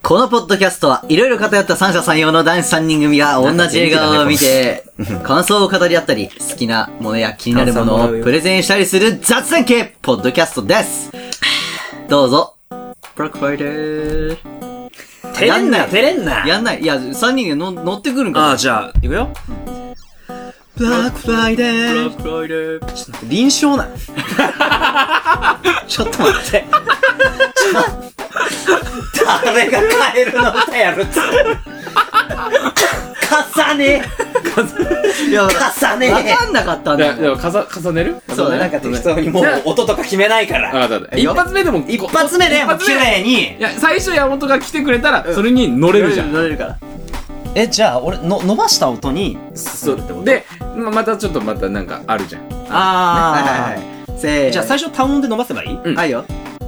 このポッドキャストはいろいろ偏った三者三様の男子3人組が同じ映画を見て感想を語り合ったり好きなものや気になるものをプレゼンしたりする雑談系ポッドキャストです。どうぞ。ブラックフライデー。 照れんなよ、照れんな。 やんない。いや、3人が乗ってくるんか。 ああ、じゃあ、いくよ。ブラックフライデー。 ブラックフライデー。 ちょっと待って、臨床なのちょっと待って。誰がカエルの歌やるっつって。重ね。 いや、 重ね。 わかんなかったんだよ。 でも重ねる？ そうだ、なんか適当にもう音とか決めないから。 あ、だ一発目でも、 一発目でもう綺麗に。 いや、最初山本が来てくれたら、それに乗れるじゃん。 乗れるから。 じゃあ、俺、伸ばした音に、 そうで、またちょっとまたなんかあるじゃん。 あー。せー。 じゃあ最初単音で伸ばせばいい？ うん。はいよ。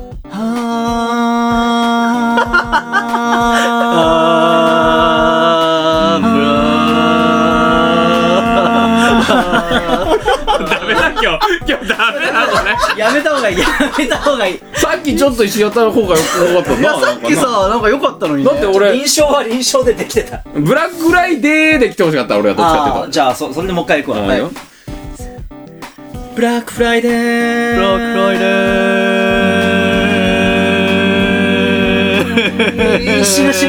ダメだ今日ダメだこれ。 やめた方がいい。やめた方がいい。 さっきちょっと一緒やった方がよかったな。 いや、さっきさ、なんか良かったのにね。 だって俺、 臨床は臨床でできてた。 ブラックフライデーで来てほしかった、俺はどっちかっていうと。 じゃあ、それでもう一回行くわ。 はいよ。 ブラックフライデー。 ブラックフライデー。死ぬ。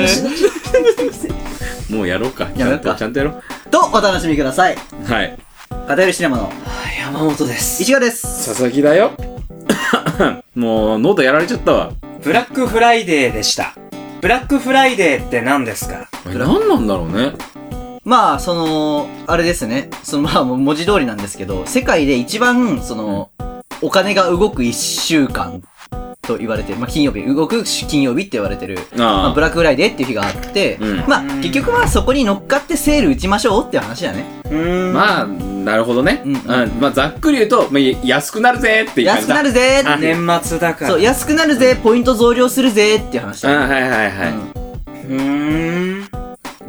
もうやろうか。 やろうかちゃんとやろう。 と、お楽しみください。 はい。 偏りシネマの山本です。 石川です。 佐々木だよ。もう、喉やられちゃったわ。 ブラックフライデーでした。ブラックフライデーって何ですか？ 何なんだろうね。 まあ、あれですね。まあ、文字通りなんですけど、世界で一番、お金が動く1週間と言われてる。まあ、金曜日、動く金曜日って言われてる。まあ、ブラックフライデーっていう日があって、まあ、結局はそこに乗っかってセール打ちましょうって話だね。 まあ、なるほどね。まあ、ざっくり言うと、まあ、安くなるぜっていう感じだ。 安くなるぜーって。 年末だから。 そう、安くなるぜ、ポイント増量するぜっていう話だね。 はい。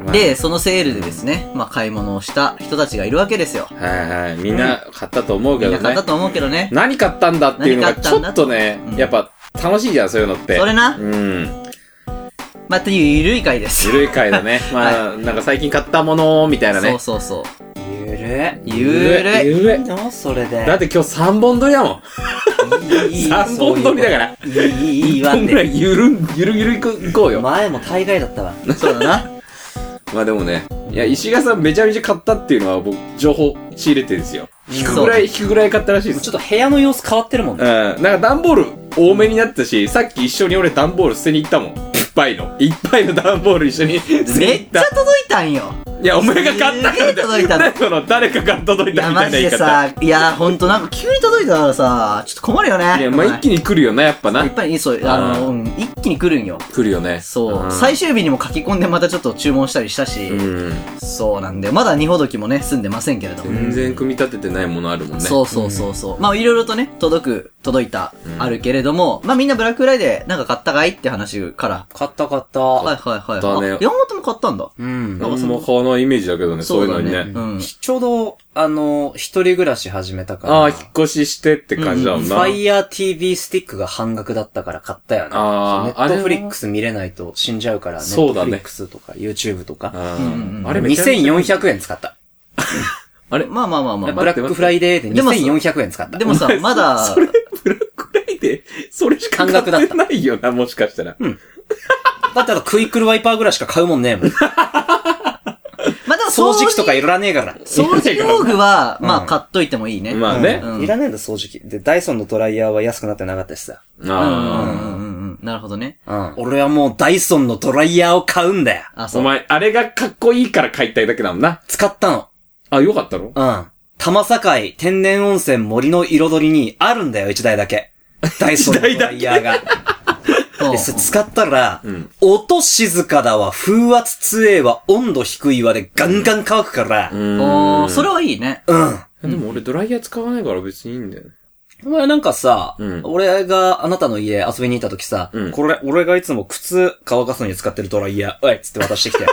で、そのセールでですね、まあ、買い物をした人たちがいるわけですよ。 はい。みんな買ったと思うけどね。 みんな買ったと思うけどね。 何買ったんだっていうのがちょっとね、やっぱ楽しいじゃん、そういうのって。 それな。まあ、というゆるい回です。 ゆるい回だね。まあ、なんか最近買ったものみたいなね。 そう。 ゆるいのそれで。 だって今日3本撮りだもん。3本撮りだから。 いいわって。 ゆるいこうよ。 前も大概だったわ。 そうだな。 まあでもね、いや、石川さんめちゃめちゃ買ったっていうのは僕、情報仕入れてるんですよ。引くぐらい買ったらしいです。 ちょっと部屋の様子変わってるもんね。 なんか段ボール多めになったし、さっき一緒に俺段ボール捨てに行ったもん。いっぱいの段ボール一緒に捨てに行った。 めっちゃ届いたんよ。 いや、お前が買ったから届いたの。誰かが届いたみたいな言い方。 いや、ほんとなんか急に届いたからさ、ちょっと困るよね。 いや、まあ一気に来るよな、やっぱな。 いっぱい、そう、一気に来るんよ。 来るよね。 そう。最終日にも書き込んでまたちょっと注文したりしたし、そうなんで、まだ二ほどきもね、済んでませんけれども。 全然組み立ててないものあるもんね。 そう。まあいろいろとね、届いた、あるけれども、まあみんなブラックフライデーなんか買ったかいって話から。 買った。 はい。山本も買ったんだ。 なんかその買わないイメージだけどね、そういうのにね。 ちょうど、一人暮らし始めたから。 ああ、引っ越ししてって感じだもんな。 Fire TV スティックが半額だったから買ったよね。ネットフリックス見れないと死んじゃうから、ネットフリックスとか YouTube とか。 あれ 2400円使った。 あれまあ。 ブラックフライデーで2400円使った。 でもさ、まだ、 それ、ブラックフライデー、それしか買ってないよな、もしかしたら。 だってクイックルワイパーぐらいしか買うもんねえもん。 まあでも掃除機とかいらねえから。 掃除道具は、まあ買っといてもいいね。 まあね。 いらねえんだ、掃除機。で、ダイソンのドライヤーは安くなってなかったしさ。 なるほどね。 俺はもうダイソンのドライヤーを買うんだよ。 お前、あれがかっこいいから買いたいだけだもんな。 使ったの。 あ、よかったの？ 玉境天然温泉森の彩りにあるんだよ、1台だけ。ダイソンのドライヤーが。で、使ったら、音静かだわ、風圧強えわ、温度低いわでガンガン乾くから。 それはいいね。 でも俺ドライヤー使わないから別にいいんだよね。 お前なんかさ、俺があなたの家遊びに行った時さ、俺がいつも靴乾かすのに使ってるドライヤー、おいっつって渡してきて。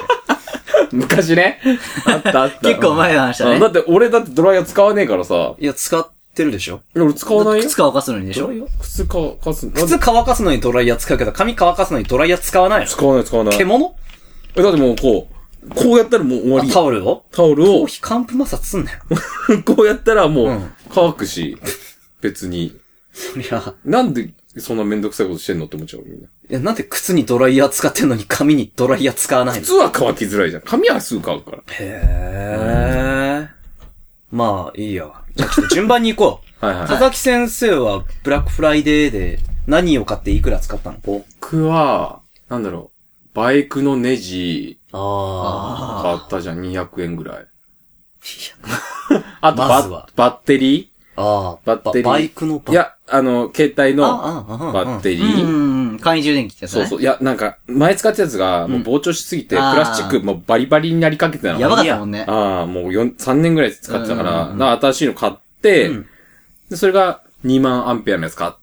昔ね。あった。 結構前の話だね。 だって俺だってドライヤー使わねえからさ。 いや、使ってってるでしょ？ 俺使わないよ。 靴乾かすのにでしょ？ 靴乾かすの。 靴乾かすのにドライヤー使うけど、髪乾かすのにドライヤー使わないの？ 使わない。 獣？ だってもうこうやったらもう終わり。 タオルを乾布摩擦すんなよ。 こうやったらもう乾くし、別に。 そりゃ。 なんでそんなめんどくさいことしてんのって思っちゃうみんな。 いや、なんで靴にドライヤー使ってんのに髪にドライヤー使わないの？ 靴は乾きづらいじゃん。髪はすぐ乾くから。 へー。まあ、いいや。じゃあちょっと順番に行こう。 はい。 佐々木先生はブラックフライデーで何を買っていくら使ったの？ 僕は、なんだろう。バイクのネジ、買あったじゃん。200円ぐらい。あとまずはバッテリーあバッテリー。 バイクのいや、携帯のバッテリー。 簡易充電器ってやつね。 そう。いや、なんか、前使ってたやつが、もう膨張しすぎて、プラスチックもうバリバリになりかけてたの。 やばかったもんね。 ああ、もう3年ぐらい使ってたから、新しいの買って、で、それが2万アンペアのやつ買って、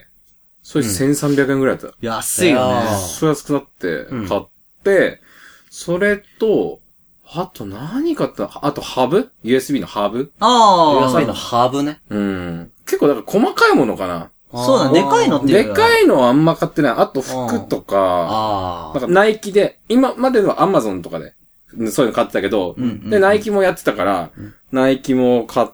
それ1300円ぐらいだった。 安いよね。 そう安くなって、買って、それと、あと何買ったあとハブ ?USB のハブ USB のハブね。 結構だから細かいものかな。 そうだね。でかいのっていうでかいのはあんま買ってない。あと服とか、なんかナイキで、今までのアマゾンとかで、そういうの買ってたけど、で、ナイキもやってたから、ナイキも買って、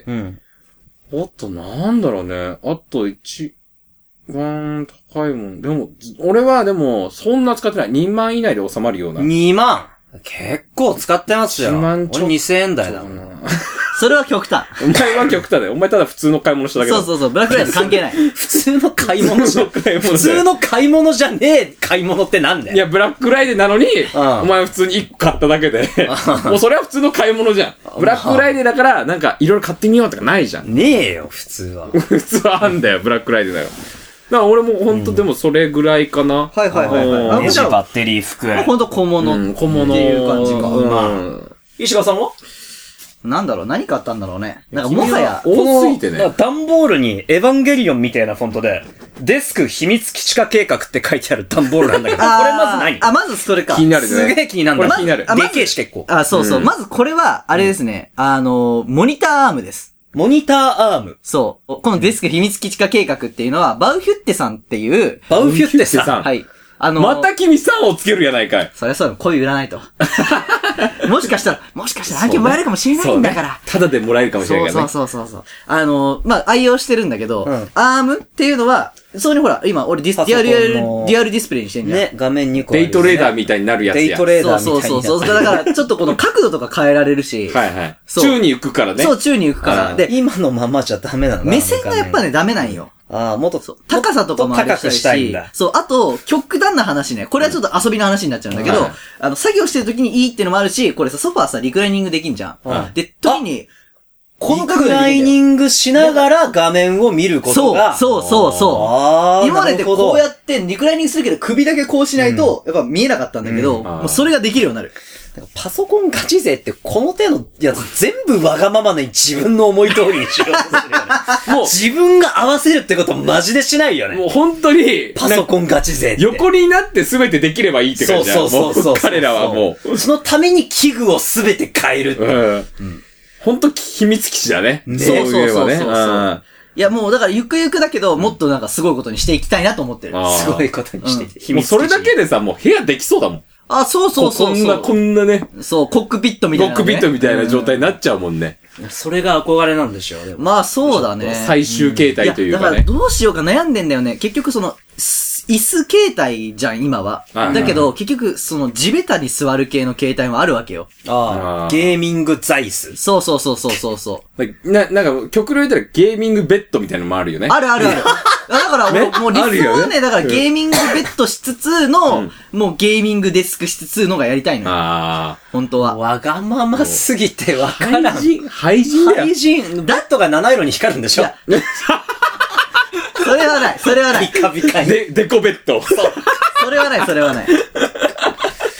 あとなんだろうね。あと一番高いもん。でも、俺はでも、そんな使ってない。2万以内で収まるような。 2万結構使ってますよ。 1万ちょっと。 俺2000円台だもん。 それは極端。 お前は極端だよ。お前ただ普通の買い物しただけだ。 そう。ブラックフライデー関係ない。 普通の買い物じゃ、普通の買い物じゃねえ買い物ってなんだよ。 いや、ブラックフライデーなのに、お前は普通に1個買っただけで、もうそれは普通の買い物じゃん。ブラックフライデーだから、なんかいろいろ買ってみようとかないじゃん。 ねえよ、普通は。 普通はあんだよ、ブラックフライデーだよ。だから俺もほんとでもそれぐらいかな。 はい。ネジ、バッテリー、服。 ほんと小物っていう感じか。 石川さんはなんだろう、何買ったんだろうね。なんかもはや、 多すぎてね。 段ボールにエヴァンゲリオンみたいなフォントで、デスク秘密基地化計画って書いてある段ボールなんだけど、これまず何？ まずそれか。 気になるね。 すげえ気になるんだ。 これ気になる。 でけえし結構。 そう。まずこれは、あれですね。モニターアームです。 モニターアーム。 そう。このデスク秘密基地化計画っていうのは、バウフュッテさんっていう、 バウフュッテさん。 はい。 また君さんをつけるやないかい。 そりゃそうだ、声売らないと。もしかしたら案件もらえるかもしれないんだから。 ただでもらえるかもしれないからね。 そう。愛用してるんだけど、アームっていうのは、そこにほら、今、俺デュアルディスプレイにしてんじゃん。 ね、画面2個。 デイトレーダーみたいになるやつや。 デイトレーダーみたいに。 そう。だから、ちょっとこの角度とか変えられるし。 はい。宙に浮くからね。 そう、宙に浮くから。 で、今のままじゃダメなの。 目線がやっぱね、ダメなんよ。 もっと、 高さとかもあるし、そう、あと、極端な話ね、これはちょっと遊びの話になっちゃうんだけど、作業してる時にいいっていうのもあるし、これさ、ソファーさ、リクライニングできんじゃん。で、時に、 このリクライニングしながら画面を見ることが。 そう。今までってこうやってリクライニングするけど首だけこうしないと、やっぱ見えなかったんだけど、もうそれができるようになる。 パソコンガチ勢ってこの手のやつ全部わがままに自分の思い通りにしようとするよね。もう自分が合わせるってことマジでしないよね。 もう本当に、 パソコンガチ勢って。 横になって全てできればいいって感じだよ。そう。彼らはもう。 そのために器具を全て変える。 本当秘密基地だね。 そう。いやもうだからゆくゆくだけど、もっとなんかすごいことにしていきたいなと思ってる。 すごいことにしていて。 もうそれだけでさ、もう部屋できそうだもん。 そう。 こんなね。 そう、コックピットみたいな。 コックピットみたいな状態になっちゃうもんね。 それが憧れなんでしょう。 まあそうだね。 最終形態というかね。 だからどうしようか悩んでんだよね。結局その、椅子形態じゃん、今は。だけど、結局、その、地べたに座る系の形態もあるわけよ。 ゲーミング座椅子。 そう。 なんか、極論言ったらゲーミングベッドみたいなのもあるよね。 ある。だからもう理想はね、だからゲーミングベッドしつつの、もうゲーミングデスクしつつのがやりたいの。本当は。 わがまますぎてわからん。 廃人だよ。 ベッドが七色に光るんでしょ？ それはない。 ビカビカに。 デコベッド。 それはない。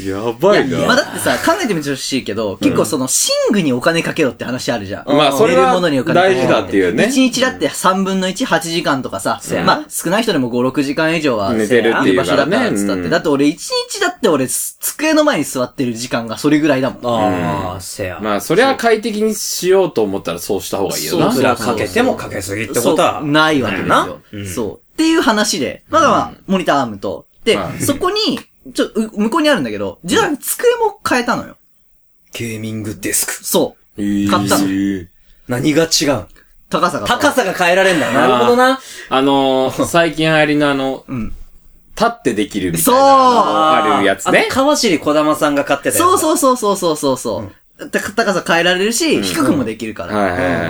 やばいな。 まあだってさ、考えてみてほしいけど、結構その、寝具にお金かけろって話あるじゃん。 まあそれは大事だっていうね。 1日だって3分の1、8時間とかさ、まあ少ない人でも5、6時間以上は寝てるっていう場所だからっつったって。だって俺1日だって俺、机の前に座ってる時間がそれぐらいだもん。 ああ、せや。 まあそれは快適にしようと思ったらそうした方がいいよな。 いくらかけてもかけすぎってことはないわけですよ。そう。っていう話で、まだまあ、モニターアームと、で、そこに、向こうにあるんだけど、実は机も変えたのよ。 ゲーミングデスク。 そう。買ったの。 何が違う？ 高さが変えられんだ。なるほどな。 最近流行りの立ってできるみたいな。あるやつね。 川尻小玉さんが買ってたやつ。 そう。高さ変えられるし、低くもできるから。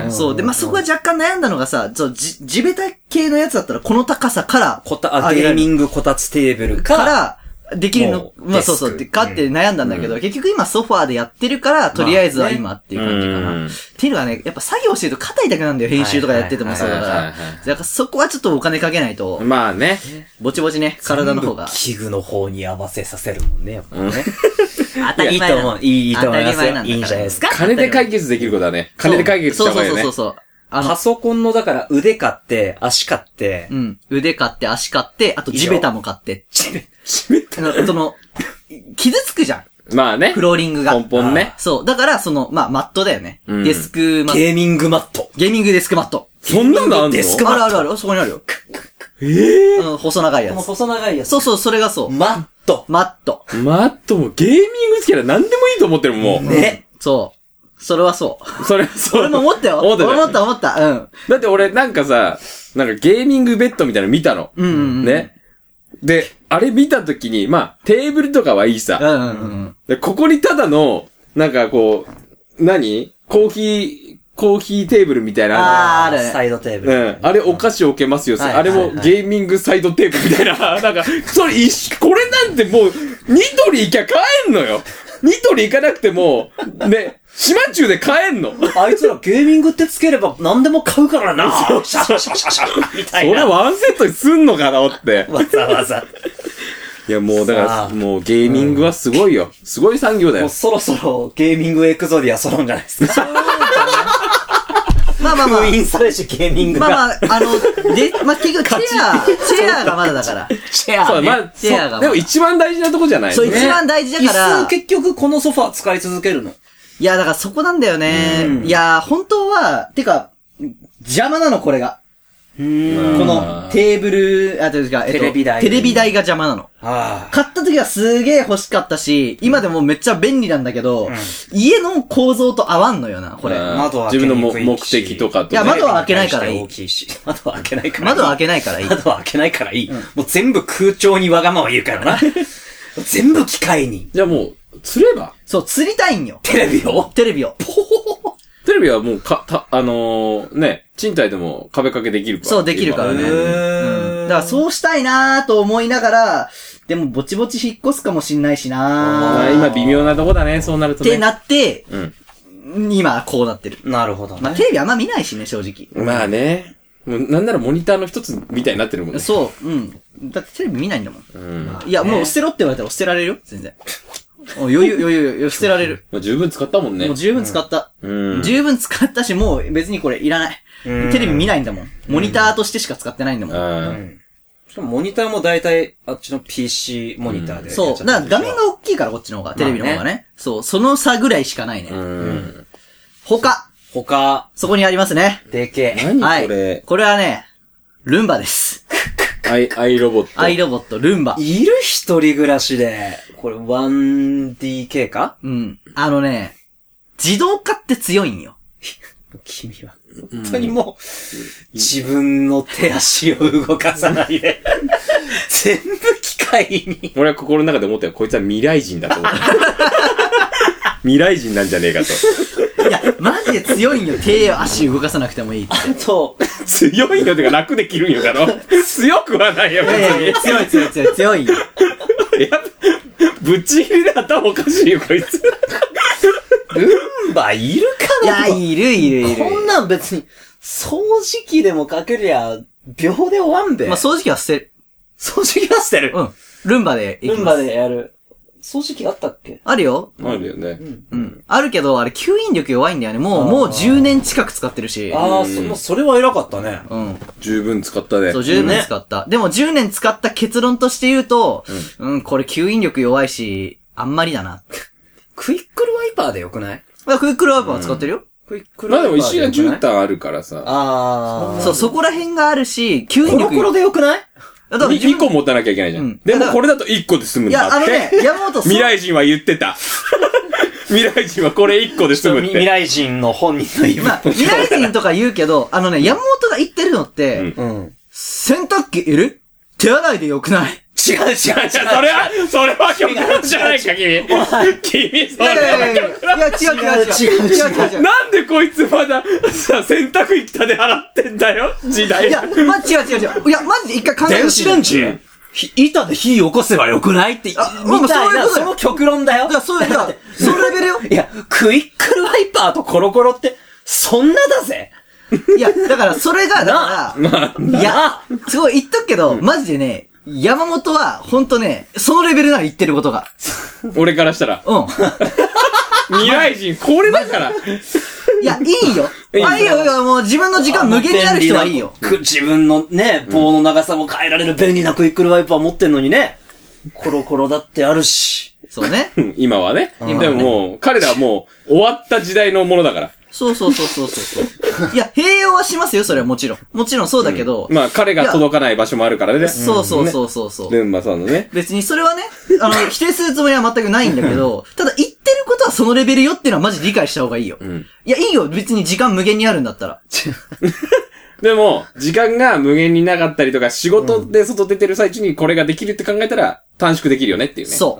そう。で、まあ、そこは若干悩んだのがさ、地べた系のやつだったら、この高さから、 ゲーミングこたつテーブルから、できるの、まあそうって悩んだんだけど、結局今ソファーでやってるから、とりあえずは今っていう感じかな。っていうのがね、やっぱ作業してると肩痛くなんだよ、編集とかやっててもそうだから。だからそこはちょっとお金かけないと。 まあね。 ぼちぼちね、体の方が。 器具の方に合わせさせるもんね、やっぱね。 当たり前だ。 いいと思いますよ。いいんじゃないですか。 金で解決できることはね。金で解決した方がいいね。 そう。 パソコンのだから腕買って、足買って。 腕買って、足買って、あと地べたも買って。地べた傷つくじゃん。 まあね。 フローリングが。 根本ね。 そう。だから、まあ、マットだよね。デスクマット。 ゲーミングマット。 ゲーミングデスクマット。 そんなのあんの？ デスクマット。ある。そこにあるよ。細長いやつ。 細長いやつ。 そう、それがそう。 マットもゲーミング好きなら何でもいいと思ってるもん、もう。 ね。そう。それはそう。俺も思ったよ。思った。 だって俺なんかさ、なんかゲーミングベッドみたいなの見たの。ね。で、あれ見たときに、まあ、テーブルとかはいいさ。で、ここにただの、なんかこう、コーヒーテーブルみたいな。 ある。 サイドテーブル。 あれお菓子置けますよ。あれもゲーミングサイドテーブルみたいな。なんか、これなんてもう、ニトリ行きゃ買えんのよ。ニトリ行かなくても、ね、島中で買えんの。 あいつらゲーミングってつければ何でも買うからな。シャみたいな。 それワンセットにすんのかなって。 わざわざ。 いやもうだから、もうゲーミングはすごいよ。すごい産業だよ。もうそろそろゲーミングエクゾディア揃うんじゃないですか。 まあ。 封印されしゲーミングが。 結局チェアがまだだから。 チェアね。 チェアが。 でも一番大事なとこじゃない？ そう、一番大事だから。 結局このソファー使い続けるの？ いや、だからそこなんだよね。いや、本当は、邪魔なの、これが。このテーブル、テレビ台が邪魔なの。買った時はすげえ欲しかったし、今でもめっちゃ便利なんだけど、家の構造と合わんのよな、これ。 自分の目的とかと。 いや、窓は開けないからいい。 窓は開けないからいい。 窓は開けないからいい。 窓は開けないからいい。もう全部空調にわがまま言うからな。全部機械に。 じゃあもう、釣れば？ そう、釣りたいんよ。 テレビを。 テレビはもうね、賃貸でも壁掛けできるから。 そう、できるからね。だからそうしたいなーと思いながら、でもぼちぼち引っ越すかもしんないしなー。 今微妙なとこだね、そうなるとね。 ってなって、今こうなってる。 なるほどね。 まあテレビあんま見ないしね、正直。 まあね。もうなんならモニターの一つみたいになってるもんね。 そう、だってテレビ見ないんだもん。いや、もう捨てろって言われたら捨てられるよ、全然。余裕、捨てられる。 十分使ったもんね。 もう十分使った。十分使ったし、もう別にこれいらない。テレビ見ないんだもん。モニターとしてしか使ってないんだもん。 しかもモニターも大体、あっちの PC モニターで。 そう。だから画面が大きいからこっちの方が、テレビの方がね。そう、その差ぐらいしかないね。他。そこにありますね。 でけえ。 何これ。 これはね、ルンバです。 アイロボット。 アイロボット、ルンバ。 いる一人暮らしで、これ 1DK か？ 自動化って強いんよ。 君は、本当にもう、自分の手足を動かさないで、全部機械に。 俺は心の中で思ったよ。こいつは未来人だと思った。未来人なんじゃねえかと。 いや、マジで強いんよ。手足動かさなくてもいいって。 そう。 強いよってか楽できるんよだろ。強くはないよ、別に。 いや強いよ。 ぶっちぎりで頭おかしいよ、こいつ。 ルンバいるかな？ いや、いる。 こんなん別に、掃除機でもかけりゃ、秒で終わんべ。 まあ、掃除機は捨てる。 掃除機は捨てる。 ルンバでルンバでやる。 掃除機あったっけ？ あるよ。 あるよね。 うん。あるけど、あれ吸引力弱いんだよね。もう10年近く使ってるし。 それは偉かったね。 うん。 十分使ったね。 そう、十分使った。でも10年使った結論として言うと、これ吸引力弱いし、あんまりだな。 クイックルワイパーでよくない？ クイックルワイパーは使ってるよ。 クイックルワイパー。 まあでも石が絨毯あるからさ。 そう、そこら辺があるし、吸引力。 コロコロでよくない ？2個持たなきゃいけないじゃん。でもこれだと1個で済むんだって。 いや、山本未来人は言ってた。未来人はこれ1個で済むって。 未来人の本人の言い分。 未来人とか言うけど、山本が言ってるのって、洗濯機いる？手洗いでよくない？ 違う。 それは極論じゃないか、君。君、それは極論。 いや、違う。 なんでこいつまだ、さ、洗濯板で洗ってんだよ、時代。 いや、違う。いや、マジで一回考えてほしい。 電子レンジ？板で火起こせばよくないって、みたいな、その極論だよ。 いや、そういうレベルよ。 いや、クイックルワイパーとコロコロって、そんなだぜ。 いや、だから、それが、いや、すごい言っとくけど、マジでね、山本は、ほんとね、そのレベルなら言ってることが。 俺からしたら。未来人、これだから。 いや、いいよ。いいよ、もう自分の時間無限にある人はいいよ。 自分のね、棒の長さも変えられる便利なクイックルワイパー持ってんのにね、コロコロだってあるし。 そうね。 今はね。でももう、彼らはもう、終わった時代のものだから。 そう。いや、併用はしますよ、それはもちろん。もちろんそうだけど。 まあ、彼が届かない場所もあるからね。 そう。 ルンバさんのね。 別にそれはね、否定するつもりは全くないんだけど、ただ言ってることはそのレベルよっていうのはマジ理解した方がいいよ。いや、いいよ、別に時間無限にあるんだったら。 でも、時間が無限になかったりとか、仕事で外出てる最中にこれができるって考えたら、短縮できるよねっていうね。 そう。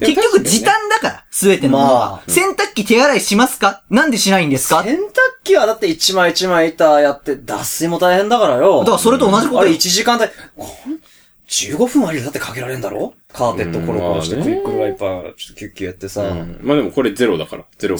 結局時短だから、すべてのものは。洗濯機手洗いしますか？なんでしないんですか？ 洗濯機はだって一枚一枚板やって、脱水も大変だからよ。 だからそれと同じこと。 あれ1時間で、15分割りだってかけられんだろ？カーペットコロコロしてクイックルワイパー、ちょっとキュッキュやってさ。 まあでもこれゼロだから。ゼロ。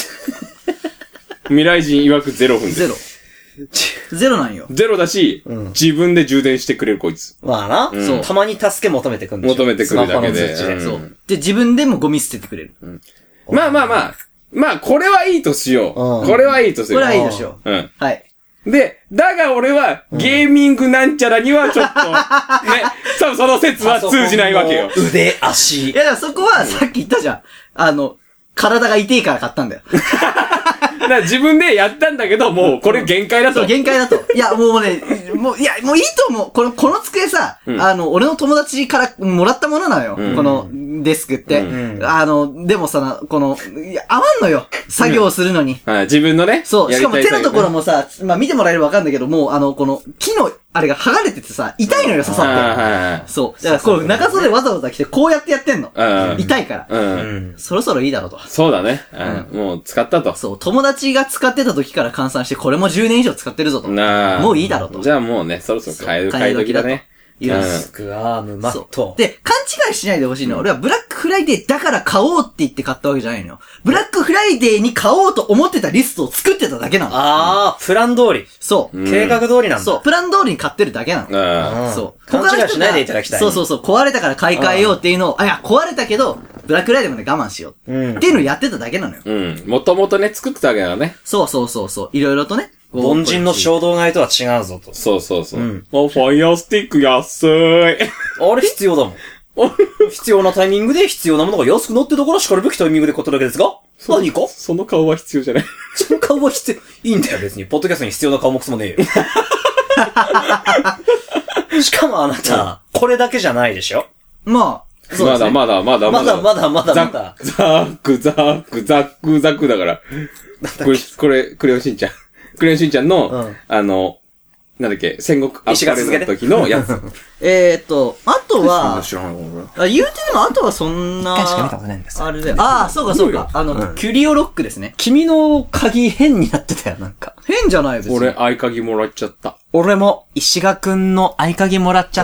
未来人曰く0分です。 ゼロなんよ。 ゼロだし、自分で充電してくれるこいつ。 まあな。そう。たまに助け求めてくんでしょ。 求めてくるだけで。 そう。で、自分でもゴミ捨ててくれる。 まあ、これはいいとしよう。これはいいとしよう。 これはいいとしよう。はい。 で、だが俺は、ゲーミングなんちゃらにはちょっと、ね、その説は通じないわけよ。 腕、足。 いや、そこはさっき言ったじゃん。体が痛いから買ったんだよ。 だから自分でやったんだけど、もうこれ限界だと。 そう、限界だと。いや、もうね、もういいと思う。この机さ、俺の友達からもらったものなのよ。このデスクって。でもさ、合わんのよ。作業するのに。 自分のね。 そう。しかも手のところもさ、まあ見てもらえればわかるんだけど、もうこの木の、あれが剥がれててさ、痛いのよ、刺さって。そう。だから、こう、中袖わざわざ着て、こうやってやってんの。痛いから。そろそろいいだろうと。 そうだね。もう使ったと。 そう。友達が使ってた時から換算して、これも10年以上使ってるぞと。もういいだろうと。 じゃあもうね、そろそろ買い時だね。 デスクアームマット。 で、勘違いしないでほしいのは、俺はブラックフライデーだから買おうって言って買ったわけじゃないのよ。ブラックフライデーに買おうと思ってたリストを作ってただけなの。 プラン通り。 そう。 計画通りなんだ。 そう。プラン通りに買ってるだけなの。そう。 勘違いしないでいただきたい。 そう。壊れたから買い替えようっていうのを、壊れたけど、ブラックフライデーまで我慢しよう。っていうのをやってただけなのよ。 もともとね、作ってたわけだからね。 そう。いろいろとね。 凡人の衝動買いとは違うぞと。 そう。ファイヤースティック安い。 あれ必要だもん。必要なタイミングで必要なものが安くなってところしかるべきタイミングで買っただけですが何かその顔は必要じゃない。 その顔は必要。いいんだよ別に。ポッドキャストに必要な顔もくそもねえよ。しかもあなた、これだけじゃないでしょ？ まあ、そうですね。 まだ。 ザックだから。これ、クレヨンしんちゃん。クレヨンしんちゃんの、なんだっけ、戦国アスカルの時のやつ。 あとは、 知らない言うてでも、あとはそんな、 一回しか見たことないんですよ。 あれだよ。そうか。キュリオロックですね。 君の鍵変になってたよ、なんか。 変じゃないよ、別に。 俺、合鍵もらっちゃった。 俺も、石賀くんの合鍵もらっちゃった。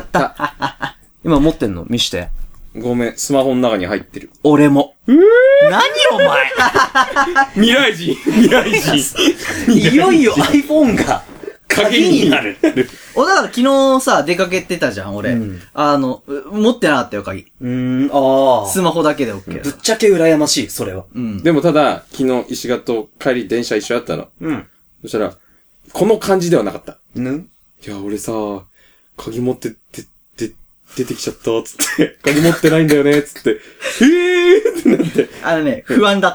今持ってんの見して。 ごめん、スマホの中に入ってる。 俺も。何お前未来人いよいよ iPhone が鍵になる。 俺だから昨日さ、出かけてたじゃん、俺。持ってなかったよ、鍵。スマホだけで OK。 ぶっちゃけ羨ましい、それは。 でもただ、昨日石形と帰り電車一緒だったの。そしたら、この感じではなかった。いや、俺さ、鍵持って出てきちゃった、つって。鍵持ってないんだよね、つって。ってなって。 不安だった。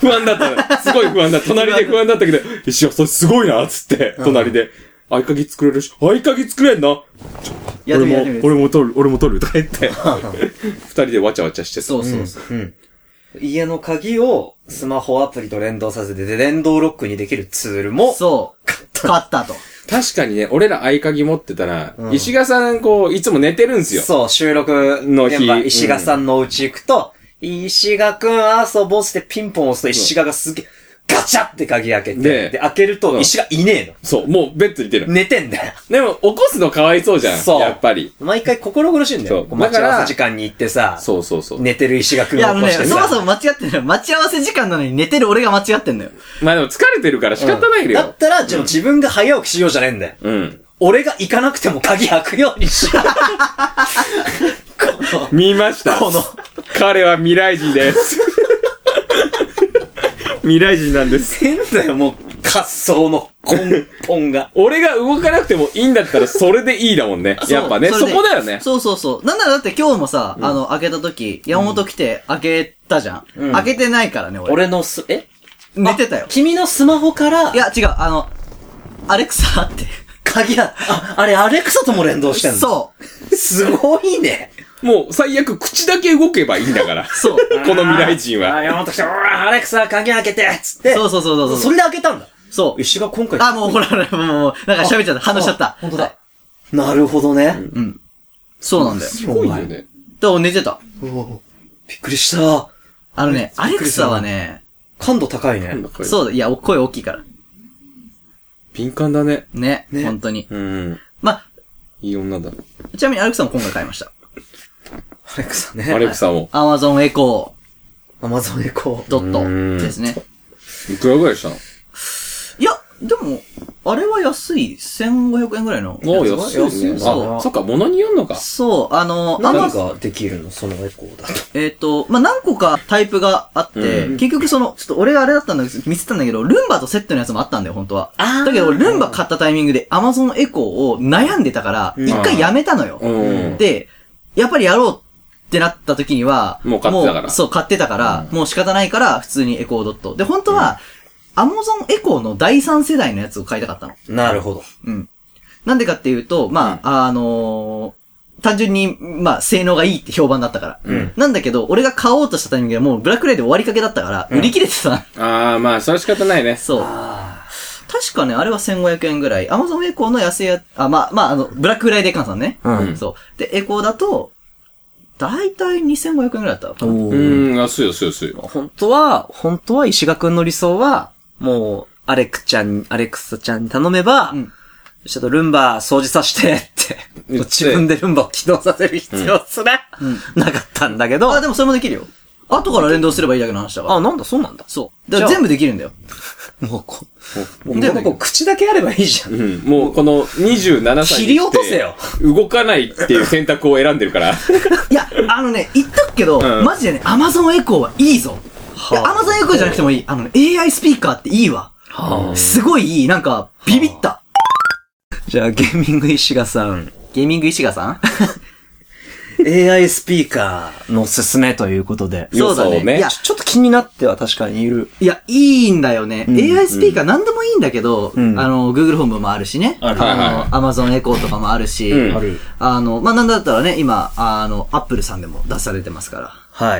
すごい不安だった。隣で不安だったけど、石がそれすごいな、つって。隣で。合鍵作れるし、合鍵作れんな。俺も取る、とか言って。二人でわちゃわちゃしてそう。 家の鍵をスマホアプリと連動させて、電動ロックにできるツールも。 そう。買ったと。 確かにね、俺ら合鍵持ってたら、石賀さんいつも寝てるんすよ。 そう、収録の日。石賀さんの家行くと、石賀くん遊ぼうってピンポン押すと石賀がすげえ、ガチャって鍵開けて、で、開けると石賀いねえの。 そう、もうベッドにいてる。 寝てんだよ。 でも、起こすのかわいそうじゃん。そう。やっぱり。 毎回心苦しいんだよ。待ち合わせ時間に行ってさ、 そう。 寝てる石賀くんを起こしてさ。 そもそも間違ってんのよ。待ち合わせ時間なのに寝てる俺が間違ってんのよ。 まあでも疲れてるから仕方ないよ。 だったら、自分が早起きしようじゃねえんだよ。俺が行かなくても鍵開くようにしよう。見ました。彼は未来人です。未来人なんです。 変だよ、もう、滑走の根本が。 俺が動かなくてもいいんだったらそれでいいだもんね。やっぱね、そこだよね。 そう。なんならだって今日もさ、開けた時、山本来て開けたじゃん。開けてないからね、 俺の寝てたよ。 君のスマホから。 いや、違う、アレクサって。 鍵あれアレクサとも連動してんの？ そう。 すごいね。 もう最悪口だけ動けばいいんだから。 そう。 この未来人は。 山本来て、アレクサ鍵開けてつって。 そう。 それで開けたんだ。 そう。 石が今回。 もうほら、もう、なんか喋っちゃった。話しちゃった。 本当だ。なるほどね。 そうなんだよ。 すごいよね。 だから寝てた。 びっくりした。 アレクサはね、 感度高いね。 そうだ、いや、声大きいから。 敏感だね。 ね、本当に。 いい女だ。 ちなみにアレクサも今回買いました。 アレクサね。 アレクサも。 Amazon Echo。 Amazon Echo。 ドットですね。 いくらぐらいしたの？ いや、でも、あれは安い。1500円ぐらいの。 安いね。そっか、物によんのか。 そう、 何ができるのそのエコーだと。何個かタイプがあって、結局ちょっと俺があれだったんだけど、見せたんだけど、ルンバとセットのやつもあったんだよ、本当は。だけど、ルンバ買ったタイミングで Amazon Echo を悩んでたから、一回やめたのよ。で、やっぱりやろうってなった時には、 もう買ってたから。 そう、買ってたから、もう仕方ないから、普通にエコードット。で、本当は、Amazon Echo の第3世代のやつを買いたかったの。 なるほど。 なんでかっていうと、単純に、性能がいいって評判だったから。なんだけど、俺が買おうとしたタイミングでもうブラックフライデー終わりかけだったから、売り切れてた。 それは仕方ないね。 そう。確かね、あれは1500円ぐらい。Amazon Echo の安いやつ、ブラックフライデー換算ね。そう。で、エコーだと、だいたい2500円ぐらいだった。 安い。 本当は石賀くんの理想は、もう、アレクサちゃんに頼めば、ちょっとルンバ掃除させてって、自分でルンバを起動させる必要すら、なかったんだけど。 でもそれもできるよ。後から連動すればいいだけの話だから。 なんだ、そうなんだ。 そう。だから全部できるんだよ。 でも口だけあればいいじゃん。 もうこの27歳切り落とせよ。 動かないっていう選択を選んでるから。 いや、言っとくけど、マジでね、Amazon Echo はいいぞ。Amazon Echo じゃなくてもいい。AI スピーカーっていいわ。すごいいい。なんか、ビビった。 じゃあ、ゲーミング石賀さん。AI スピーカーのおすすめということで。 そうだね。 いや、ちょっと気になっては確かにいる。 いや、いいんだよね。AI スピーカー何でもいいんだけど、Google ホームもあるしね。Amazon Echo とかもあるし。なんだったらね、今、Apple さんでも出されてますから。 はい。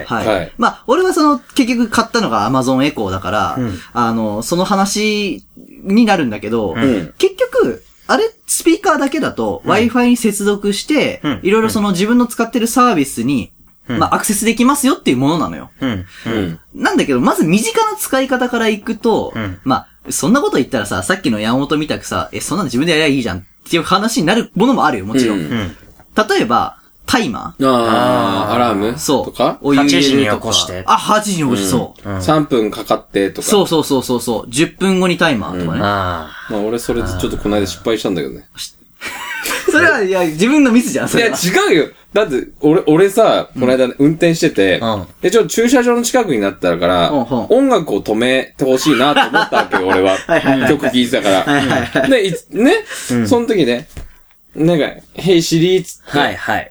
俺は結局買ったのが Amazon Echo だから、その話になるんだけど、結局、あれ、スピーカーだけだと、Wi-Fi に接続して、いろいろ自分の使ってるサービスに、アクセスできますよっていうものなのよ。なんだけど、まず身近な使い方からいくと、そんなこと言ったらさ、さっきの山本みたくさ、そんなの自分でやりゃいいじゃんっていう話になるものもあるよ、もちろん。例えば、 タイマーアラームそう。 とか 8時に起こして。 8時に起こして、そう。 3分かかってとか。 そう。10分後にタイマーとかね。 まあ俺それでちょっとこの間失敗したんだけどね。 それは、いや、自分のミスじゃん、それは。 いや、違うよ。だって、俺さ、この間運転してて、で、ちょっと駐車場の近くになったから、音楽を止めてほしいなと思ったわけよ、俺は。曲聴いてたから。で、ね、その時ね、なんか、ヘイシリーつって、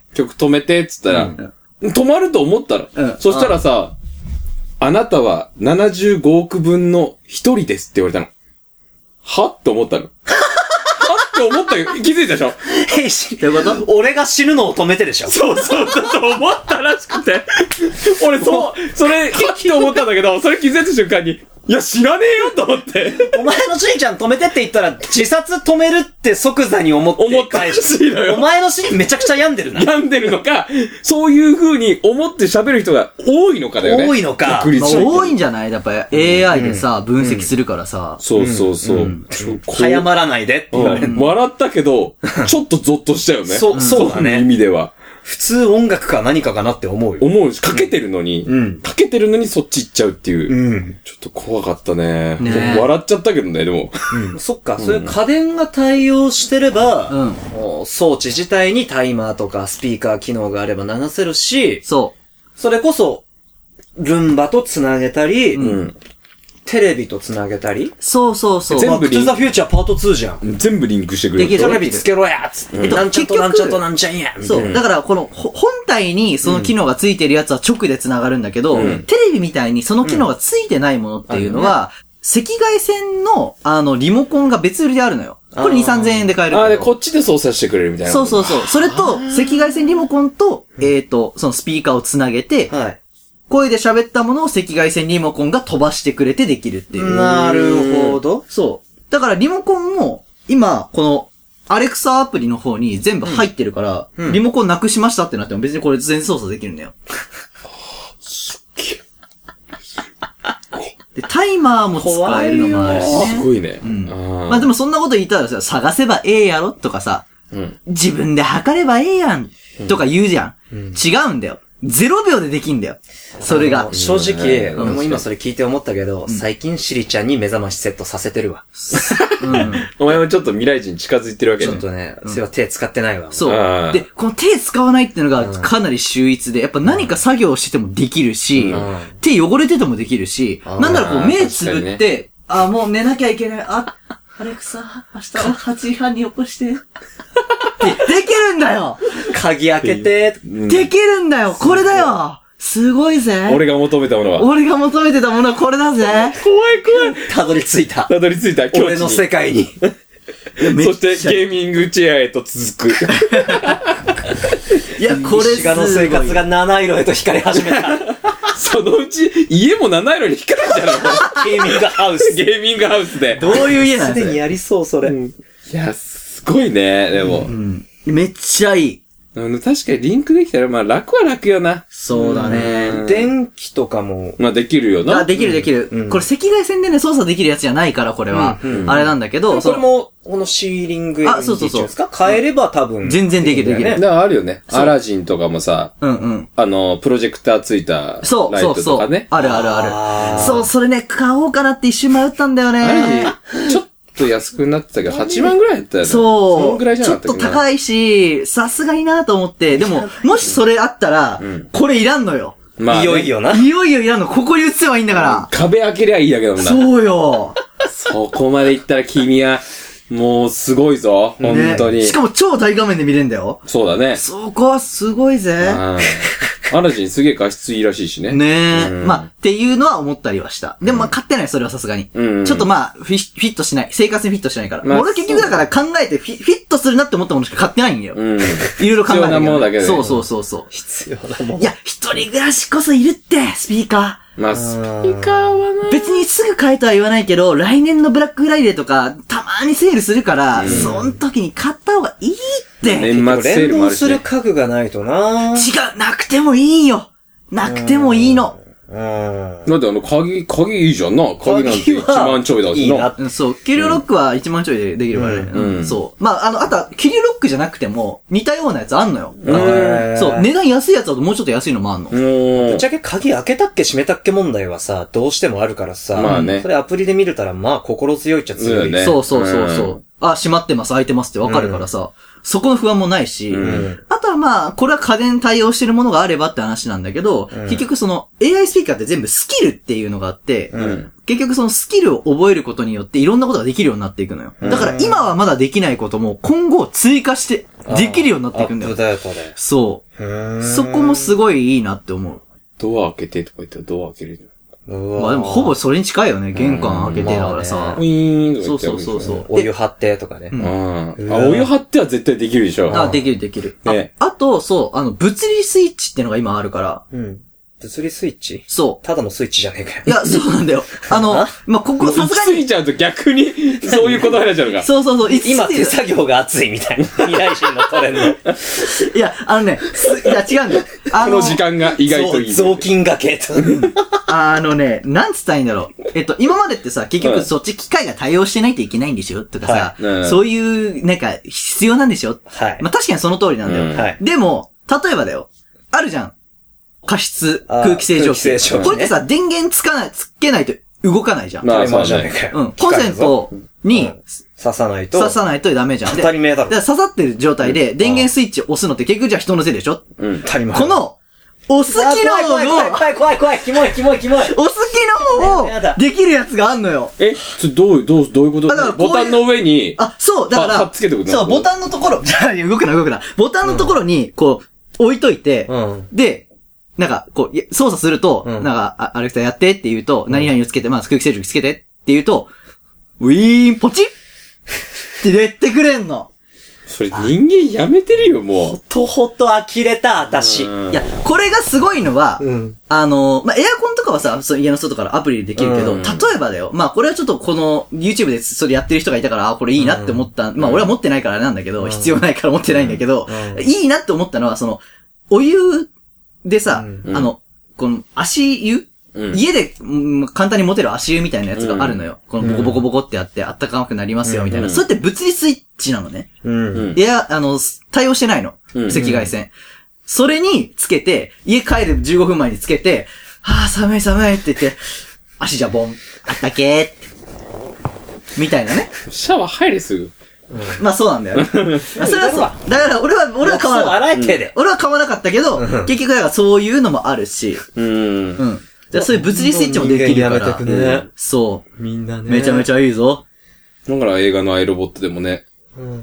曲止めて、つったら、止まると思ったら、そしたらさ、あなたは75億分の1人ですって言われたの。はって思ったの。って思ったよ。気づいたでしょ？ ヘイシリ。どういうこと？俺が死ぬのを止めてでしょ？ そう思ったらしくて。俺それ、はって思ったんだけど、それ気づいた瞬間に、いや、知らねえよと思って。 お前のしんちゃん止めてって言ったら、自殺止めるって即座に思ったらしいのよ。お前のしんめちゃくちゃ病んでるな。 病んでるのか、そういう風に思って喋る人が多いのかだよね。 多いのか。 多いんじゃない？やっぱり AI でさ、分析するからさ。 そう。 早まらないでって言われる。 笑ったけど、ちょっとゾッとしたよね。 そうだね。 意味では。 普通音楽か何かかなって思うよ。 思うし、かけてるのに、そっち行っちゃうっていう。ちょっと怖かったね。笑っちゃったけどね、でも。 そっか、そういう家電が対応してれば、装置自体にタイマーとかスピーカー機能があれば流せるし、それこそ、ルンバとつなげたり、テレビとつなげたり。 そう。 全部バックトゥザフューチャーパート2じゃん。 全部リンクしてくれる。 テレビつけろやつって。なんちゃんとなんちゃんとなんちゃんや。 そう。だから、この、本体にその機能がついてるやつは直でつながるんだけど、テレビみたいにその機能がついてないものっていうのは、赤外線の、リモコンが別売りであるのよ。これ2、3000円で買える。 で、こっちで操作してくれるみたいな。 そう。それと、赤外線リモコンと、そのスピーカーをつなげて、声で喋ったものを赤外線リモコンが飛ばしてくれてできるっていう。 なるほど。 そう。だからリモコンも、今、この、アレクサアプリの方に全部入ってるから、リモコンなくしましたってなっても別にこれ全然操作できるんだよ。 すっげえ。 で、タイマーも使えるのもあるしね。 すごいね。 まあでもそんなこと言ったらさ、探せばええやろとかさ、自分で測ればええやんとか言うじゃん。違うんだよ。0秒でできんだよ。それが。 正直、俺も今それ聞いて思ったけど、最近シリちゃんに目覚ましセットさせてるわ。 お前もちょっと未来人近づいてるわけね。 ちょっとね、それは手使ってないわ。 そう。で、この手使わないっていうのがかなり秀逸で、やっぱ何か作業してもできるし、手汚れててもできるし、なんならこう目つぶって、もう寝なきゃいけない。アレクサ、明日は8時半に起こして。できるんだよ。 鍵開けて。 できるんだよ。これだよ。すごいぜ。 俺が求めたものは。 俺が求めてたものはこれだぜ。 怖い。 たどり着いた。俺の世界に。 そしてゲーミングチェアへと続く。 いや、これ西賀の生活が七色へと光り始めた。 そのうち、家も七色に光るんじゃないの？ ゲーミングハウス。 ゲーミングハウスで。 どういう家なんですか？ すでにやりそう、それ。 いや、すごいね、でも。 めっちゃいい。 確かにリンクできたら、まあ楽は楽よな。 そうだね。 電気とかも。 まあできるよな。 できる。これ赤外線でね、操作できるやつじゃないから、これは。あれなんだけど。 これも、このシーリングそうですか？変えれば多分。 全然できる。 だからあるよね。アラジンとかもさ、プロジェクターついたライトとかね。 ある。そう、それね、買おうかなって一瞬迷ったんだよね。 ちょっと安くなってたけど、8万ぐらいやったよね。 そう。 そのぐらいじゃなかったっけな。 ちょっと高いし、さすがになと思って、でも、もしそれあったら、これいらんのよ。 まあ、いよいよいらんの。ここに映せばいいんだから。 壁開けりゃいいだけだもんな。 そうよ。 そこまで行ったら君は、もうすごいぞ。本当に。 しかも超大画面で見れるんだよ。 そうだね。 そこはすごいぜ。 アラジンすげえ画質いいらしいしね。 ねえ。まあ、っていうのは思ったりはした。でもまあ、買ってない、それはさすがに。ちょっとまあ、フィットしない。生活にフィットしないから。俺結局だから考えてフィットするなって思ったものしか買ってないんだよ。いろいろ考えて。 必要なものだけで。 そう。 必要なもの。 いや、一人暮らしこそいるって、スピーカー。 まあ、スピーカーはな。 別にすぐ買えとは言わないけど、来年のブラックフライデーとか、たまにセールするから、その時に買った方がいいって。 年末セールもあるし、 連動する家具がないとな。 違う、なくてもいいよ。なくてもいいの。 だって鍵いいじゃんな。鍵なんて1万ちょいだしな。 そう、気流ロックは1万ちょいでできるからね。そう。まあ、あとは、気流ロックじゃなくても、似たようなやつあんのよ。そう、値段安いやつだともうちょっと安いのもあんの。 ぶっちゃけ鍵開けたっけ閉めたっけ問題はさ、どうしてもあるからさ、まあね。それアプリで見れたら、まあ、心強いっちゃ強い。 そうそうそうそう。あ、閉まってます、開いてますってわかるからさ、そこの不安もないし、あとはまあ、これは家電対応してるものがあればって話なんだけど、結局その AI スピーカーって全部スキルっていうのがあって、結局そのスキルを覚えることによっていろんなことができるようになっていくのよ。だから今はまだできないことも今後追加してできるようになっていくんだよ。そう。そこもすごいいいなって思う。 ドア開けてとか言ったらドア開ける。 まあでもほぼそれに近いよね。玄関開けてだからさ。 ウィーンそうそうそうそう。 お湯張ってとかね。 お湯張っては絶対できるでしょ。 あ、できるできる。あと、そう、物理スイッチってのが今あるから。 物理スイッチ？ そう。 ただのスイッチじゃねえかよ。 いや、そうなんだよ。まあ、ここさすがに。 過ぎちゃうと逆に、そういうことになっちゃうのか。 そうそうそう。 今手作業が熱いみたいな。未来人のトレンド。 いや、いや、違うんだよ。 この時間が意外といい。 雑巾がけと。 なんつったらいいんだろう。今までってさ、結局そっち機械が対応してないといけないんでしょとかさ、そういう、なんか、必要なんでしょはい。まあ、確かにその通りなんだよ。はい。でも、例えばだよ。あるじゃん。加湿、空気清浄機。これってさ、電源つけないと動かないじゃん。 まあ、そうじゃねえかよ。コンセントに、 刺さないとダメじゃん。 当たり前だろ。刺さってる状態で電源スイッチを押すのって結局じゃあ人のせいでしょ当たり前。この、押す機能の、 怖い、キモい。押す機能をできるやつがあんのよ。 どういうことボタンの上に、 そう、だから、 つけてくるそう、ボタンのところ、動くな。ボタンのところに、こう、置いといて、で、なんか、こう、操作すると、なんか、アレクサやってって言うと、何々をつけて、まあ、空気清浄機つけてって言うと、ウィーン、ポチッって出てくれんの。 それ人間やめてるよ、もう。 ほと呆れた、私。 いや、これがすごいのは、まあ、エアコンとかはさ、家の外からアプリでできるけど、例えばだよ。まあ、これはちょっとこの、YouTube でそれやってる人がいたから、これいいなって思った。まあ、俺は持ってないからあれなんだけど、必要ないから持ってないんだけど、いいなって思ったのは、お湯でさ、この足湯家で、簡単に持てる足湯みたいなやつがあるのよ。このボコボコボコってやって暖かくなりますよみたいな。それって物理スイッチなのね。いや、対応してないの。赤外線。それにつけて、家帰る15分前につけて、寒いって言って、足じゃボン。あったけーって。みたいなね。 シャワー入れすぐ。 まあそうなんだよね。それはそう。だから俺は買わなかった。 洗えてで。 俺は買わなかったけど、結局だからそういうのもあるし。そういう物理スイッチもできるから。そう。みんなね。めちゃめちゃいいぞ。 だから映画のアイロボットでもね、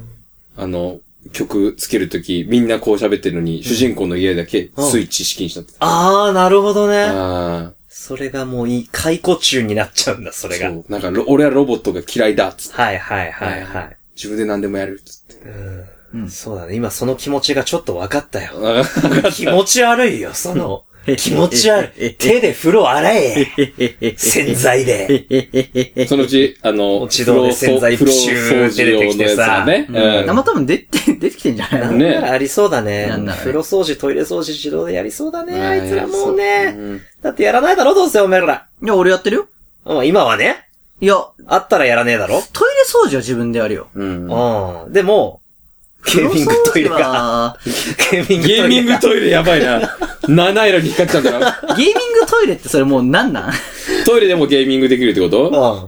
曲つけるとき、みんなこう喋ってるのに、主人公の家だけスイッチ式にしちゃって。 なるほどね。それがもう解雇中になっちゃうんだ、それが。そう。 なんか、俺はロボットが嫌いだ、つって。 はい。 自分で何でもやる、つって。 そうだね。今その気持ちがちょっと分かったよ。気持ち悪いよ、気持ち悪い。手で風呂洗え。洗剤で。 そのうち、 自動で洗剤プシュー出てきてさ。 生多分出てきてんじゃないのね。ありそうだね。風呂掃除、トイレ掃除自動でやりそうだね。あいつらもうね。だってやらないだろ、どうせおめえら。 いや、俺やってるよ。 今はね。 いや。 あったらやらねえだろ。 トイレ掃除は自分でやるよ。 でも、ゲーミングトイレが。 ゲーミングトイレやばいな。七色に光っちゃうんだな。 ゲーミングトイレってそれもうなんなん？ トイレでもゲーミングできるってこと？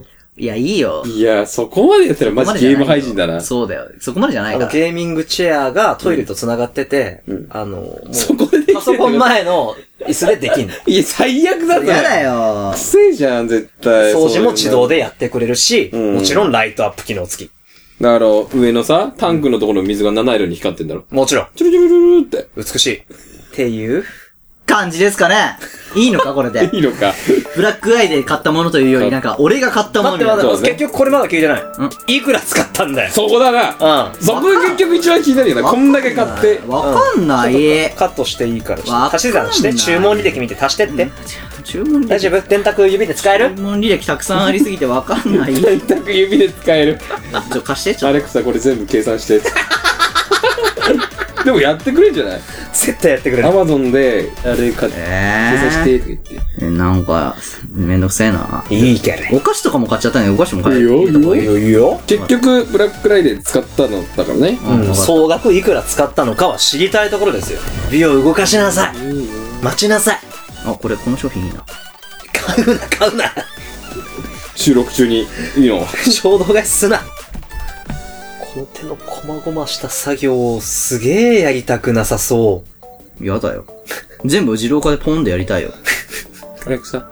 いや、いいよ。 いや、そこまでやったらマジゲーム配信だな。 そうだよ。そこまでじゃないから。 ゲーミングチェアがトイレと繋がってて、 そこでできる。 パソコン前の椅子でできんの。 いや、最悪だぞ。 やだよ。 くせえじゃん、絶対。 掃除も自動でやってくれるし、もちろんライトアップ機能付き。 だから、上のさ、タンクのところの水が七色に光ってんだろ。 もちろん。 チュルチュルチュルって。 美しい。っていう感じですかね。いいのかこれで。 いいのか。 ブラックアイで買ったものというより、なんか、俺が買ったものになる。 結局これまだ聞いてない。いくら使ったんだよ。 そこだな。そこが結局一番聞いてるよな。こんだけ買って。 わかんない。 カットしていいから足し算して、注文履歴見て足してって。 注文履歴大丈夫？電卓指で使える？ 注文履歴たくさんありすぎてわかんない。 電卓指で使える。 貸して、 アレクサこれ全部計算して。 でもやってくれんじゃない？ 絶対やってくれる。 アマゾンで、あれ買って、掲載して、とか言って。 なんか、めんどくせえな。 いいけど。 お菓子とかも買っちゃったね。お菓子も買える。 いいよ。 結局、ブラックフライデー使ったのだからね。 総額いくら使ったのかは知りたいところですよ。美を動かしなさい。待ちなさい。 あ、この商品いいな。 買うな。 収録中に、いいの。 衝動買いすな。この手のこまごました作業をすげえやりたくなさそう。 やだよ。全部自動化でポンでやりたいよ。 アレクサ。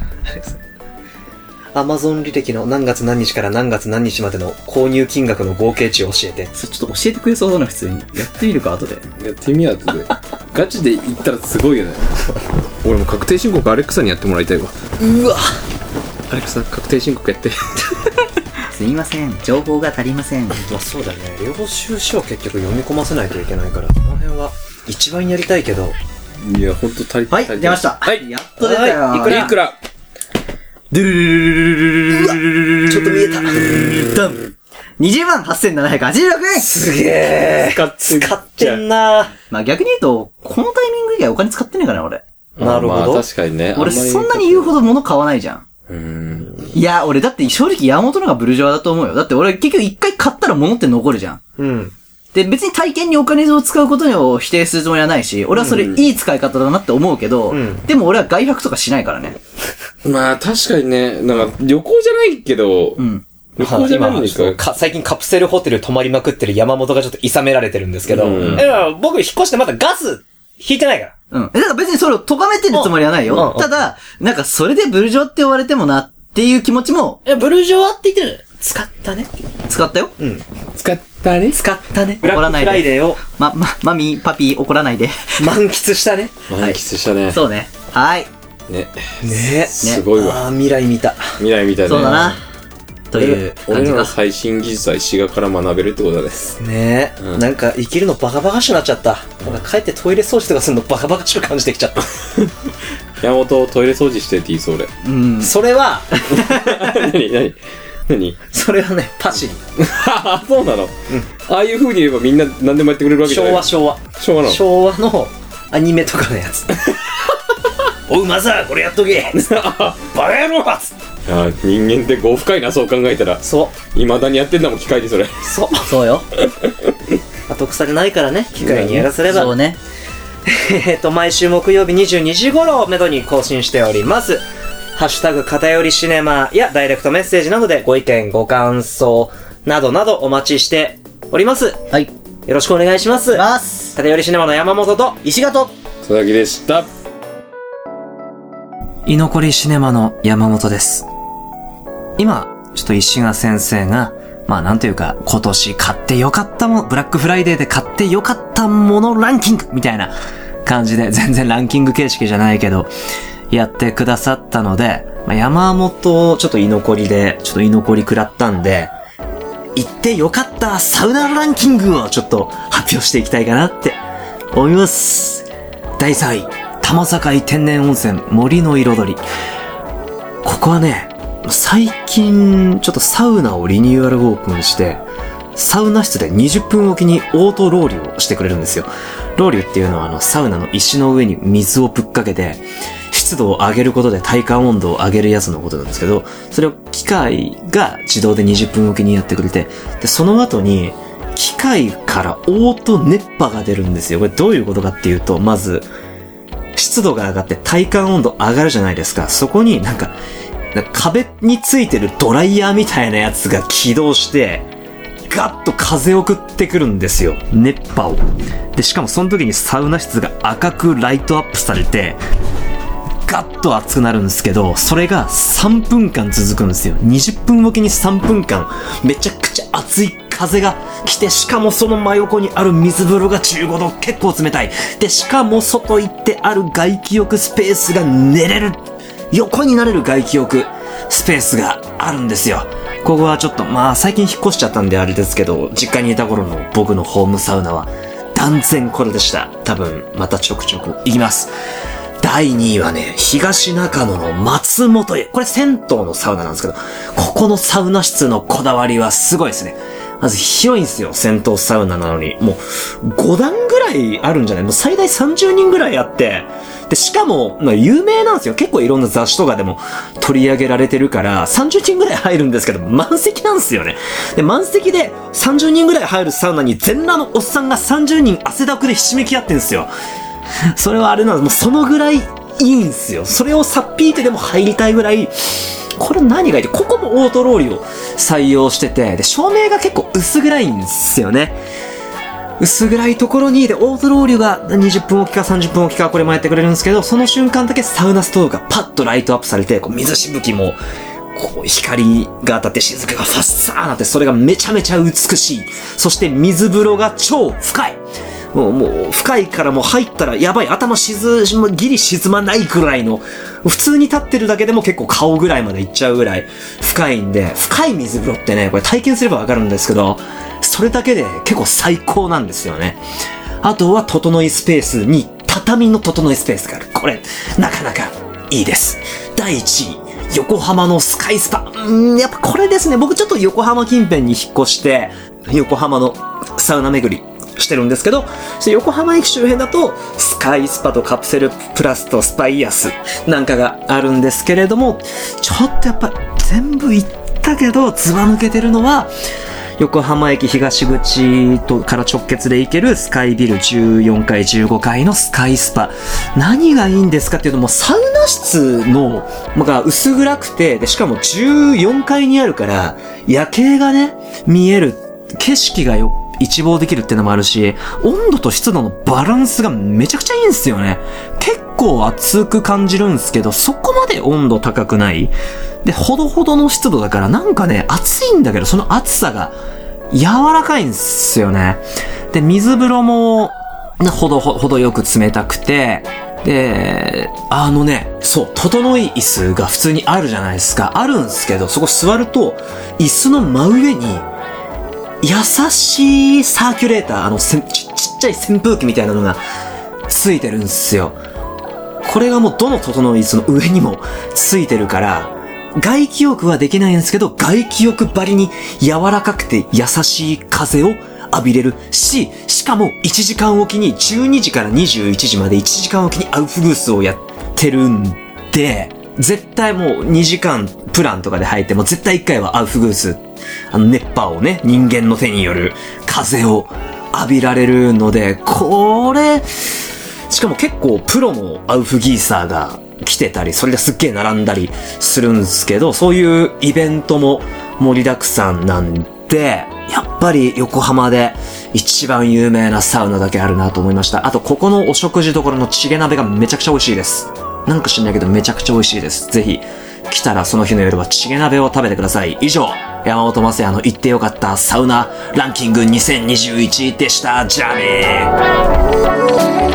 アマゾン履歴の何月何日から何月何日までの購入金額の合計値を教えて。 ちょっと教えてくれそうだな、普通に。やってみるか、後で。 やってみよう、後で。ガチで言ったらすごいよね。俺も確定申告アレクサにやってもらいたいわ。 うわ。 アレクサ、確定申告やって。 すいません、情報が足りません。 まあそうだね。領収書を結局読み込ませないといけないから、この辺は一番やりたいけど。 いや、ほんと足りはい、出ました。 はい。 やっと出たよ。 はい、 いくらドゥルルルルルルルルちょっと見えた。 ドン。208,786円。 すげえ。使ってんな。 まあ逆に言うと、このタイミング以外お金使ってねえからね、俺。 なるほど。 まあ確かにね。 俺そんなに言うほど物買わないじゃん。いや、俺だって正直山本のがブルジョワだと思うよ。だって俺結局一回買ったら物って残るじゃん。 うん。 で、別に体験にお金を使うことを否定するつもりはないし、俺はそれいい使い方だなって思うけど、でも俺は外泊とかしないからね。 まあ確かにね、なんか旅行じゃないけど、旅行じゃないんですか。 最近カプセルホテル泊まりまくってる山本がちょっと諌められてるんですけど、僕引っ越してまだガス引いてないから。だから別にそれを咎めてるつもりはないよ。ただ、なんかそれでブルジョワって言われてもなっていう気持ちも。 いや、ブルジョワって言ってる。使ったね。 使ったよ。 使ったね。 使ったね。 怒らないで。 ブラックフライデーを。 マミー、パピー怒らないで。 満喫したね。 満喫したね。 そうね。はい。 ね。 すごいわ。 未来見た。 未来見たね。 そうだな。という俺らの最新技術は石垣から学べるってことだね。 ねえ、なんか生きるのバカバカしくなっちゃった。なんか帰ってトイレ掃除とかするのバカバカしく感じてきちゃった。 山本トイレ掃除してって言いそう俺。 それは何それはね、パシリ。 そうなの。ああいう風に言えばみんな何でもやってくれるわけじゃない。 昭和なの。昭和のアニメとかのやつ。おう、マザーこれやっとけバカ野郎人間って豪深いな、そう考えたら。未だにやってんだもん、機械でそれ。 そうよ。 後腐れないからね、機械にやらせれば。 そうね。 毎週木曜日22時頃をめどに更新しております。ハッシュタグ偏りシネマやダイレクトメッセージなどでご意見、ご感想などなどお待ちしております。 はい。 よろしくお願いします。偏りシネマの山本と石形と佐々木でした。 居残りシネマの山本です。今、ちょっと石賀先生が、まあなんというか、今年買ってよかったもの、ブラックフライデーで買ってよかったものランキングみたいな感じで、全然ランキング形式じゃないけど、やってくださったので、まあ、山本、ちょっと居残り食らったんで、行ってよかったサウナランキングをちょっと発表していきたいかなって思います。第3位、玉境天然温泉森の彩り。ここはね、最近ちょっとサウナをリニューアルオープンして、サウナ室で20分おきにオートロウリュをしてくれるんですよ。ロウリュっていうのはサウナの石の上に水をぶっかけて、湿度を上げることで体感温度を上げるやつのことなんですけど、それを機械が自動で20分おきにやってくれて、で、その後に機械からオート熱波が出るんですよ。これどういうことかっていうと、まず、湿度が上がって体感温度上がるじゃないですか。そこになんか壁についてるドライヤーみたいなやつが起動して、ガッと風を送ってくるんですよ。熱波を。で、しかもその時にサウナ室が赤くライトアップされて、ガッと熱くなるんですけど、それが3分間続くんですよ。20分おきに3分間、めちゃくちゃ熱い風が来て、しかもその真横にある水風呂が15度、結構冷たい。で、しかも外行ってある外気浴スペースが寝れる。横になれる外気浴スペースがあるんですよ。ここはちょっと、まあ最近引っ越しちゃったんであれですけど、実家にいた頃の僕のホームサウナは断然これでした。多分またちょくちょく行きます。第2位はね、東中野の松本湯。これ銭湯のサウナなんですけど、ここのサウナ室のこだわりはすごいですね。 まず広いんですよ、銭湯サウナなのに。もう、5段ぐらいあるんじゃない？もう最大30人ぐらいあって、で、しかも、有名なんですよ。結構いろんな雑誌とかでも取り上げられてるから、30人ぐらい入るんですけど、満席なんですよね。で、満席で30人ぐらい入るサウナに全裸のおっさんが30人汗だくでひしめき合ってんですよ。それはあれなんです。もうそのぐらいいいんですよ。それをさっぴいてでも入りたいぐらい、これ何がいいって、ここもオートローリを採用してて、で、照明が結構薄暗いんですよね。薄暗いところに、で、オートローリが20分おきか30分おきかこれもやってくれるんですけど、その瞬間だけサウナストーブがパッとライトアップされて、こう水しぶきも、こう光が当たって雫がファッサーなって、それがめちゃめちゃ美しい。そして水風呂が超深い。もう深いからもう入ったらやばい、頭ギリ沈まないくらいの、普通に立ってるだけでも結構顔ぐらいまで行っちゃうぐらい深いんで、深い水風呂ってね、これ体験すればわかるんですけど、それだけで結構最高なんですよね。あとは整いスペースに畳の整いスペースがある。これ、なかなかいいです。第1位、横浜のスカイスパ。やっぱこれですね。僕ちょっと横浜近辺に引っ越して、横浜のサウナ巡りしてるんですけど、横浜駅周辺だとスカイスパとカプセルプラスとスパイアスなんかがあるんですけれども、ちょっとやっぱ全部行ったけどずば抜けてるのは横浜駅東口から直結で行けるスカイビル14階15階のスカイスパ。何がいいんですかっていうと、もうサウナ室のが薄暗くて、でしかも14階にあるから夜景がね見える、景色が一望できるっていうのもあるし、温度と湿度のバランスがめちゃくちゃいいんですよね。結構暑く感じるんですけど、そこまで温度高くない。で、ほどほどの湿度だからなんかね、暑いんだけど、その暑さが柔らかいんですよね。で、水風呂も、ほどよく冷たくて、で、そう、整い椅子が普通にあるじゃないですか。あるんですけど、そこ座ると、椅子の真上に、優しいサーキュレーター、ちっちゃい扇風機みたいなのがついてるんですよ。これがもうどの整い椅子の上にもついてるから、外気浴はできないんですけど、外気浴ばりに柔らかくて優しい風を浴びれるし、しかも1時間おきに12時から21時まで1時間おきにアウフグースをやってるんで、絶対もう2時間プランとかで入っても絶対1回はアウフグース、熱波をね、人間の手による風を浴びられるので、これ、しかも結構プロのアウフギーサーが来てたり、それですっげー並んだりするんですけど、そういうイベントも盛りだくさんなんで、やっぱり横浜で一番有名なサウナだけあるなと思いました。あと、ここのお食事処のチゲ鍋がめちゃくちゃ美味しいです。なんか知んないけどめちゃくちゃ美味しいです。ぜひ、来たらその日の夜はチゲ鍋を食べてください。以上、山本昌也の行ってよかったサウナランキング2021でした。じゃあねー。